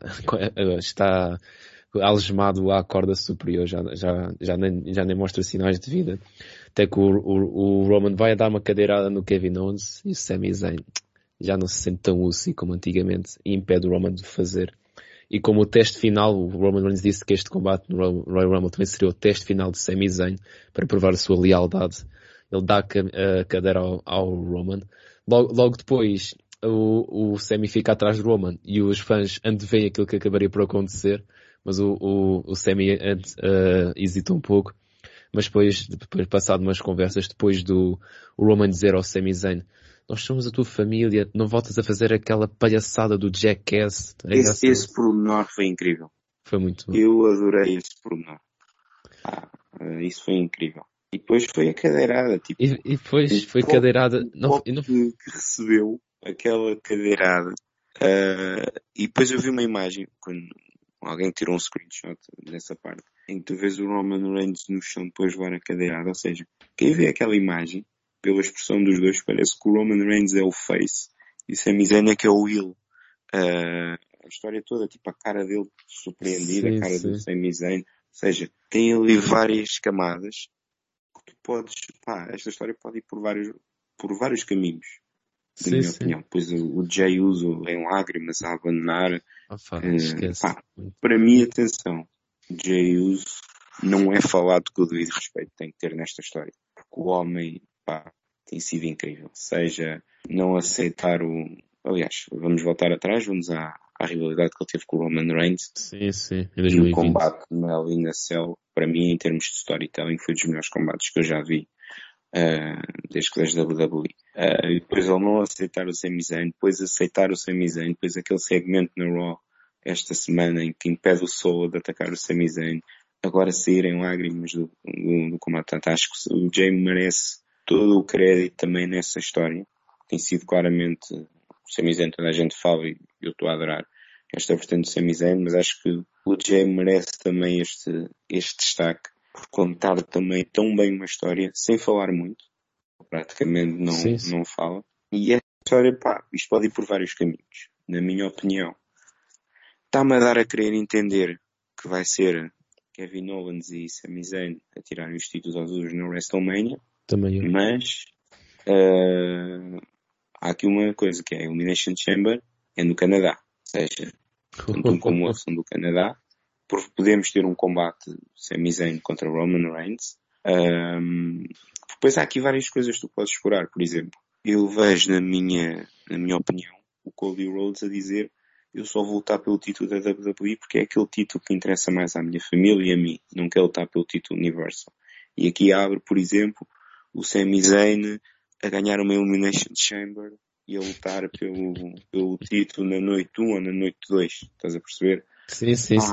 está algemado à corda superior, já nem mostra sinais de vida. Até que o Roman vai a dar uma cadeirada no Kevin Owens e o Sami Zayn já não se sente tão útil como antigamente e impede o Roman de fazer. E como o teste final, o Roman Reigns disse que este combate no Royal Rumble também seria o teste final de Sami Zayn para provar a sua lealdade. Ele dá a cadeira ao Roman. Logo depois, o Sami fica atrás do Roman e os fãs anteveem aquilo que acabaria por acontecer, mas o Sami hesita um pouco. Mas depois passado umas conversas, depois do o Roman dizer ao Sami Zayn: nós somos a tua família, não voltas a fazer aquela palhaçada do Jackass. Esse pormenor foi incrível. Foi muito bom. Eu adorei esse pormenor. Isso foi incrível. E depois foi a cadeirada. Tipo, e depois foi cadeirada. Que recebeu aquela cadeirada. E depois eu vi uma imagem, quando alguém tirou um screenshot dessa parte, em que tu vês o Roman Reigns no chão depois de levar a cadeirada. Ou seja, quem vê aquela imagem, pela expressão dos dois, parece que o Roman Reigns é o face e o Sami Zayn é que é o heel. A história toda, tipo a cara dele surpreendida, a cara do Sami Zayn. Ou seja, tem ali várias camadas que tu podes, esta história pode ir por vários caminhos, na minha opinião. Pois o Jey Uso em lágrimas a abandonar. Para mim, atenção, Jey Uso não é falado com o devido respeito que tem que ter nesta história. Porque o homem, tem sido incrível. Seja não aceitar aliás, vamos voltar atrás, vamos à rivalidade que ele teve com o Roman Reigns. Sim, em 2020. E o combate na Hell in a Cell, para mim, em termos de storytelling, foi dos melhores combates que eu já vi desde que desde WWE. E depois ele não aceitar o Sami Zayn, depois aceitar o Sami Zayn, depois aquele segmento na Raw esta semana em que impede o Solo de atacar o Sami Zayn, agora saírem lágrimas do combate. Acho que o Jey merece todo o crédito também nessa história. Tem sido claramente o Sami Zayn, toda a gente fala e eu estou a adorar esta vertente do Sami Zayn, mas acho que o Jey merece também este destaque por contar também tão bem uma história sem falar muito, praticamente não fala, e esta história, isto pode ir por vários caminhos, na minha opinião. Está-me a dar a querer entender que vai ser Kevin Owens e Sami Zayn a tirarem os títulos aos dois na WrestleMania, mas há aqui uma coisa que é a Elimination Chamber é no Canadá, ou seja, tanto um como outro são do Canadá. Podemos ter um combate Sami Zayn contra Roman Reigns. Depois há aqui várias coisas que tu podes explorar. Por exemplo, eu vejo na minha opinião o Cody Rhodes a dizer: eu só vou lutar pelo título da WWE porque é aquele título que interessa mais à minha família e a mim, não quero lutar pelo título Universal. E aqui abre, por exemplo, o Sami Zayn a ganhar uma Elimination Chamber e a lutar pelo título na noite 1 ou na noite 2, estás a perceber? Sim.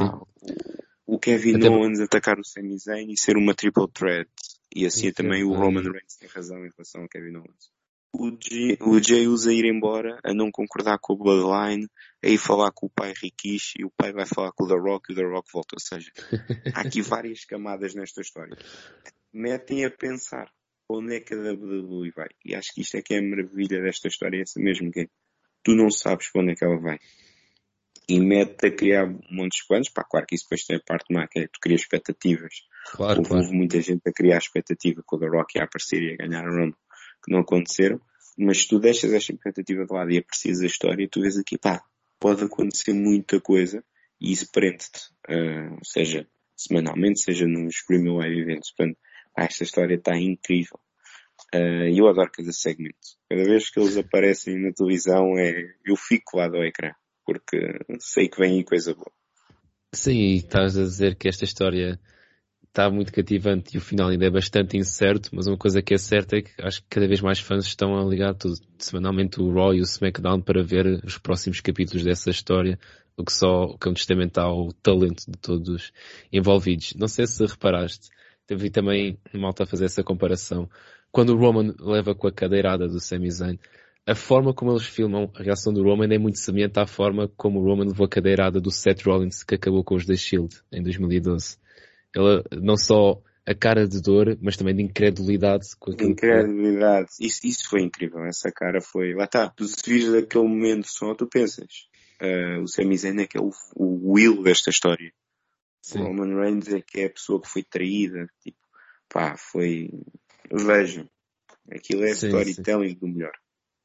O Kevin Owens atacar o Sami Zayn e ser uma triple threat. E assim também o Roman Reigns tem razão em relação ao Kevin Owens. O Jey usa ir embora, a não concordar com o Bloodline, a ir falar com o pai Rikishi, e o pai vai falar com o The Rock e o The Rock volta. Ou seja, há aqui várias camadas nesta história. Metem a pensar onde é que a WWE vai. E acho que isto é que é a maravilha desta história, é essa mesmo, que é, tu não sabes para onde é que ela vai. E mete a criar montes de planos. Claro que isso depois tem a parte má, que é que tu crias expectativas. Houve muita gente a criar expectativa com o The Rock a aparecer e a ganhar a Rumble, que não aconteceram. Mas se tu deixas esta expectativa de lado e aprecias a história, tu vês aqui, pode acontecer muita coisa e isso prende-te. Seja semanalmente, seja nos Premium Live Events. Portanto, esta história está incrível. E eu adoro cada segmento. Cada vez que eles aparecem na televisão, eu fico lá do ecrã, porque sei que vem aí coisa boa. Sim, e estás a dizer que esta história está muito cativante e o final ainda é bastante incerto, mas uma coisa que é certa é que acho que cada vez mais fãs estão a ligar tudo, semanalmente o Raw e o SmackDown para ver os próximos capítulos dessa história, o que é um testamento ao talento de todos envolvidos. Não sei se reparaste, vi também malta a fazer essa comparação. Quando o Roman leva com a cadeirada do Sami Zayn, a forma como eles filmam a reação do Roman é muito semelhante à forma como o Roman levou a cadeirada do Seth Rollins que acabou com os The Shield em 2012. Ele não só a cara de dor, mas também de incredulidade com aquilo que... Incredulidade. Isso foi incrível. Essa cara foi... Lá está. Tu se vires daquele momento só, tu pensas. O Sami Zayn é que é o Will desta história. O Sim. Roman Reigns é que é a pessoa que foi traída. Tipo, pá, foi... Vejam. Aquilo é Sim, sim. storytelling do melhor.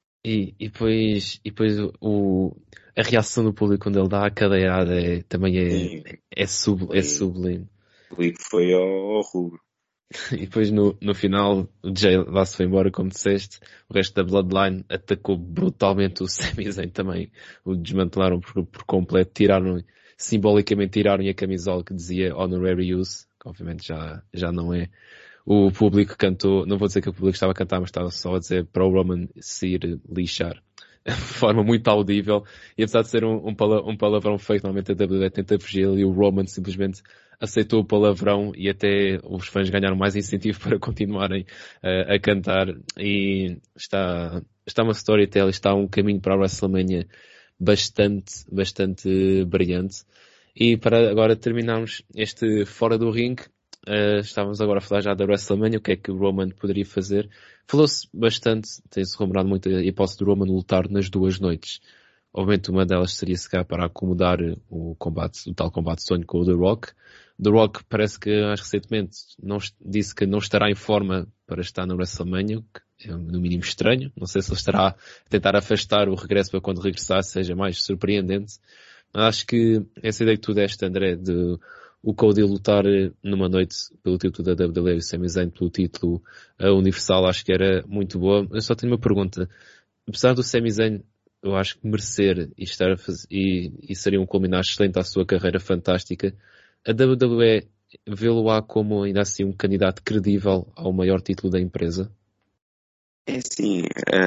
E depois a reação do público quando ele dá a cadeirada também Sim, é sublime. foi ao rubro. E depois no final o Jay lá se foi embora, como disseste. O resto da Bloodline atacou brutalmente o Sami Zayn também. O desmantelaram por completo. Simbolicamente tiraram a camisola que dizia Honorary Use, que obviamente já não é. O público cantou, não vou dizer que o público estava a cantar, mas estava só a dizer para o Roman se ir lixar. De forma muito audível. E apesar de ser um palavrão feito, normalmente a WWE tenta fugir e o Roman simplesmente aceitou o palavrão e até os fãs ganharam mais incentivo para continuarem a cantar. E está uma storytelling, está um caminho para a WrestleMania bastante brilhante. E para agora terminarmos este fora do ringue, estávamos agora a falar já da WrestleMania, o que é que o Roman poderia fazer. Falou-se bastante, tem-se rumorado muito a hipótese do Roman lutar nas 2 noites. Obviamente uma delas seria se calhar para acomodar o tal combate de sonho com o The Rock. The Rock parece que recentemente disse que não estará em forma para estar na WrestleMania, o que é no mínimo estranho. Não sei se ele estará a tentar afastar o regresso para quando regressar seja mais surpreendente. Mas acho que essa ideia que tu deste, André, de o Cody lutar numa noite pelo título da WWE e o Sami Zayn pelo título universal, acho que era muito boa. Eu só tenho uma pergunta. Apesar do Sami Zayn, eu acho que merecer e estar e seria um culminar excelente à sua carreira fantástica, a WWE vê-lo-á como ainda assim um candidato credível ao maior título da empresa? É assim,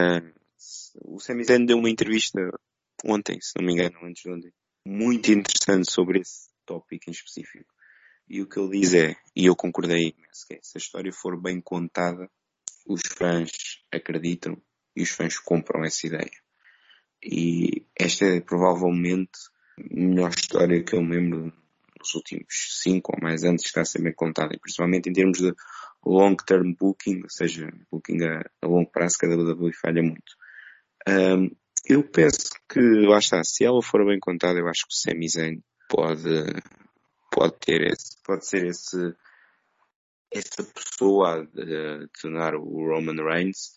o Sami Zayn deu uma entrevista ontem, se não me engano, antes de ontem, muito interessante sobre esse tópico em específico. E o que ele diz é, e eu concordei, que se a história for bem contada, os fãs acreditam e os fãs compram essa ideia. E esta é provavelmente a melhor história que eu me lembro nos últimos 5 ou mais anos que está a ser bem contada, e principalmente em termos de long-term booking, ou seja, booking a longo prazo, que a WWE falha muito. Eu penso que, lá está, se ela for bem contada, eu acho que o Sami Zayn pode ser essa pessoa a tornar o Roman Reigns,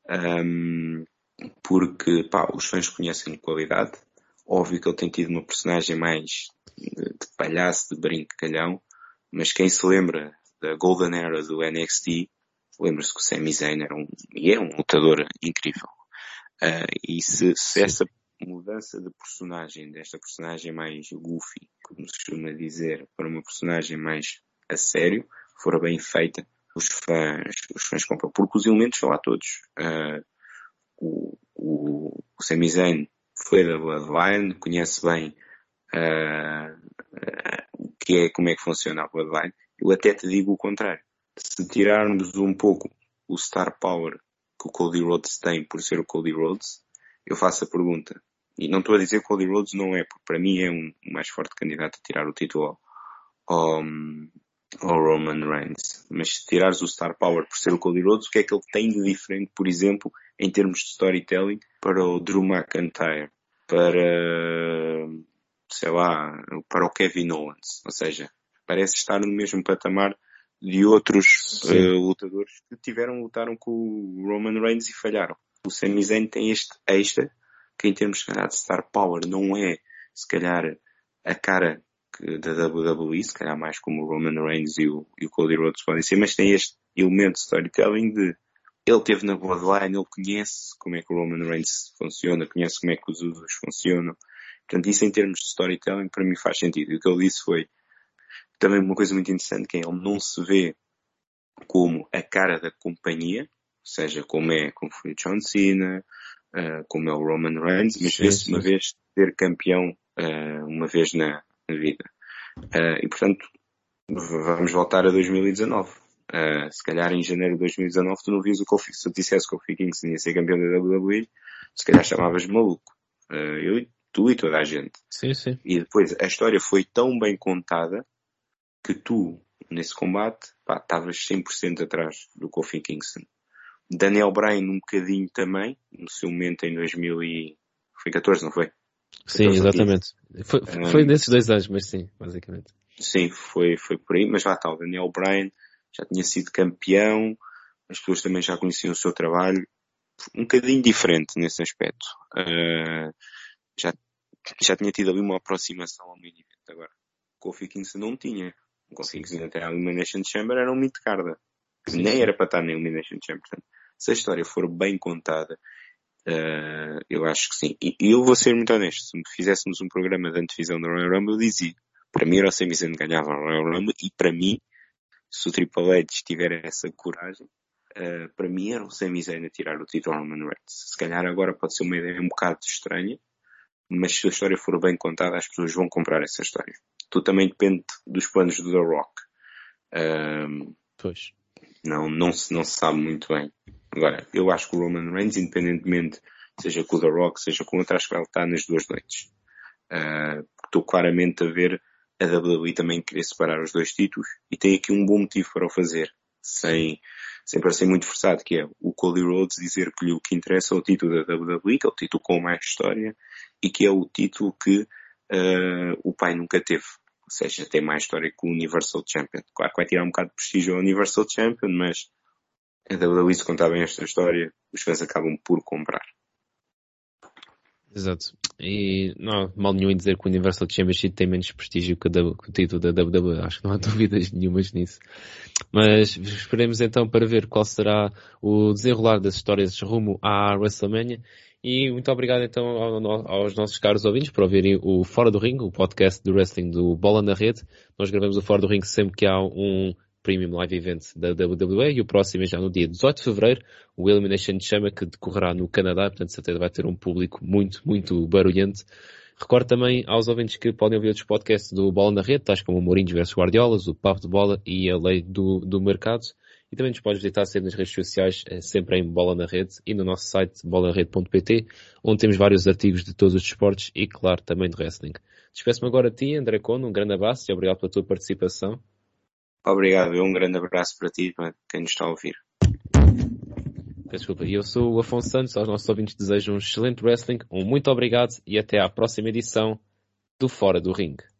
porque, pá, os fãs conhecem de qualidade. Óbvio que ele tem tido uma personagem mais de palhaço, de brincalhão, mas quem se lembra da Golden Era do NXT, lembra-se que o Sami Zayn é um lutador incrível. E se essa mudança de personagem, desta personagem mais goofy, como se costuma dizer, para uma personagem mais a sério, for bem feita, os fãs compram. Porque os elementos são lá todos. O Sami Zayn foi da Bloodline, conhece bem como é que funciona a Bloodline. Eu até te digo o contrário. Se tirarmos um pouco o Star Power que o Cody Rhodes tem por ser o Cody Rhodes, eu faço a pergunta. E não estou a dizer que o Cody Rhodes não é, porque para mim é um mais forte candidato a tirar o título ao Roman Reigns. Mas se tirares o Star Power por ser o Cody Rhodes, o que é que ele tem de diferente, por exemplo, em termos de storytelling, para o Drew McIntyre, para, sei lá, para o Kevin Owens? Ou seja, parece estar no mesmo patamar de outros lutadores que lutaram com o Roman Reigns e falharam. O Sami Zayn tem este extra, que em termos de Star Power não é, se calhar, a cara da WWE, se calhar mais como o Roman Reigns e o Cody Rhodes podem ser, mas tem este elemento de storytelling de ele teve na Bloodline, ele conhece como é que o Roman Reigns funciona, conhece como é que os Usos funcionam. Portanto, isso em termos de storytelling para mim faz sentido. E o que ele disse foi também uma coisa muito interessante, que é ele não se vê como a cara da companhia, ou seja, como foi o John Cena, como é o Roman Reigns, mas vê-se uma vez ser campeão uma vez na vida. E portanto, vamos voltar a 2019. Se calhar em janeiro de 2019 tu não vias o Kofi, se eu dissesse que o Kofi Kingston ia ser campeão da WWE, se calhar chamavas maluco. Tu e toda a gente. Sim, sim. E depois a história foi tão bem contada que tu, nesse combate, estavas 100% atrás do Kofi Kingston. Daniel Bryan um bocadinho também, no seu momento em 2014, não foi? Sim, exatamente. Foi nesses 2 anos, mas sim, basicamente. Sim, foi por aí, mas lá está, o Daniel Bryan já tinha sido campeão, as pessoas também já conheciam o seu trabalho, um bocadinho diferente nesse aspecto. Já tinha tido ali uma aproximação ao main event. Agora, Kofi Kingston não tinha. O Kofi Kingston até a Elimination Chamber era um mid-carda. Nem era para estar na Elimination Chamber. Portanto, se a história for bem contada, eu acho que sim. E eu vou ser muito honesto. Se fizéssemos um programa de antevisão da Royal Rumble, eu dizia, para mim era o Sami Zayn que ganhava a Royal Rumble, e para mim, se o Triple H tiver essa coragem, para mim era o Sami Zayn a tirar o título ao Roman Reigns. Se calhar agora pode ser uma ideia um bocado estranha, mas se a história for bem contada, as pessoas vão comprar essa história. Tudo também depende dos planos do The Rock. Pois. Não se sabe muito bem. Agora, eu acho que o Roman Reigns, independentemente, seja com o The Rock, seja com outro, acho que ele está nas 2 noites. Estou claramente a ver a WWE também querer separar os 2 títulos, e tem aqui um bom motivo para o fazer, sem parecer muito forçado, que é o Cody Rhodes dizer que o que interessa é o título da WWE, que é o título com mais história, e que é o título que o pai nunca teve. Ou seja, tem mais história que o Universal Champion. Claro que vai tirar um bocado de prestígio ao Universal Champion, mas a WWE, se contar bem esta história, os fãs acabam por comprar. Exato. E não há mal nenhum em dizer que o Universal Championship tem menos prestígio que o título da WWE. Acho que não há dúvidas nenhumas nisso. Mas esperemos então para ver qual será o desenrolar das histórias rumo à WrestleMania. E muito obrigado então aos nossos caros ouvintes por ouvirem o Fora do Ringue, o podcast do wrestling do Bola na Rede. Nós gravamos o Fora do Ringue sempre que há um Premium Live Event da WWE, e o próximo é já no dia 18 de Fevereiro, o Elimination Chamber, que decorrerá no Canadá, portanto certeza vai ter um público muito, muito barulhento. Recordo também aos ouvintes que podem ouvir outros podcasts do Bola na Rede, tais como o Mourinhos vs Guardiolas, o Papo de Bola e a Lei do Mercado. E também nos podes visitar sempre nas redes sociais, sempre em Bola na Rede, e no nosso site bolanarede.pt, onde temos vários artigos de todos os desportos e, claro, também de wrestling. Despeço-me agora a ti, André Cono, um grande abraço e obrigado pela tua participação. Obrigado, um grande abraço para ti e para quem nos está a ouvir. Desculpa, eu sou o Afonso Santos, aos nossos ouvintes desejo um excelente wrestling, um muito obrigado e até à próxima edição do Fora do Ringue.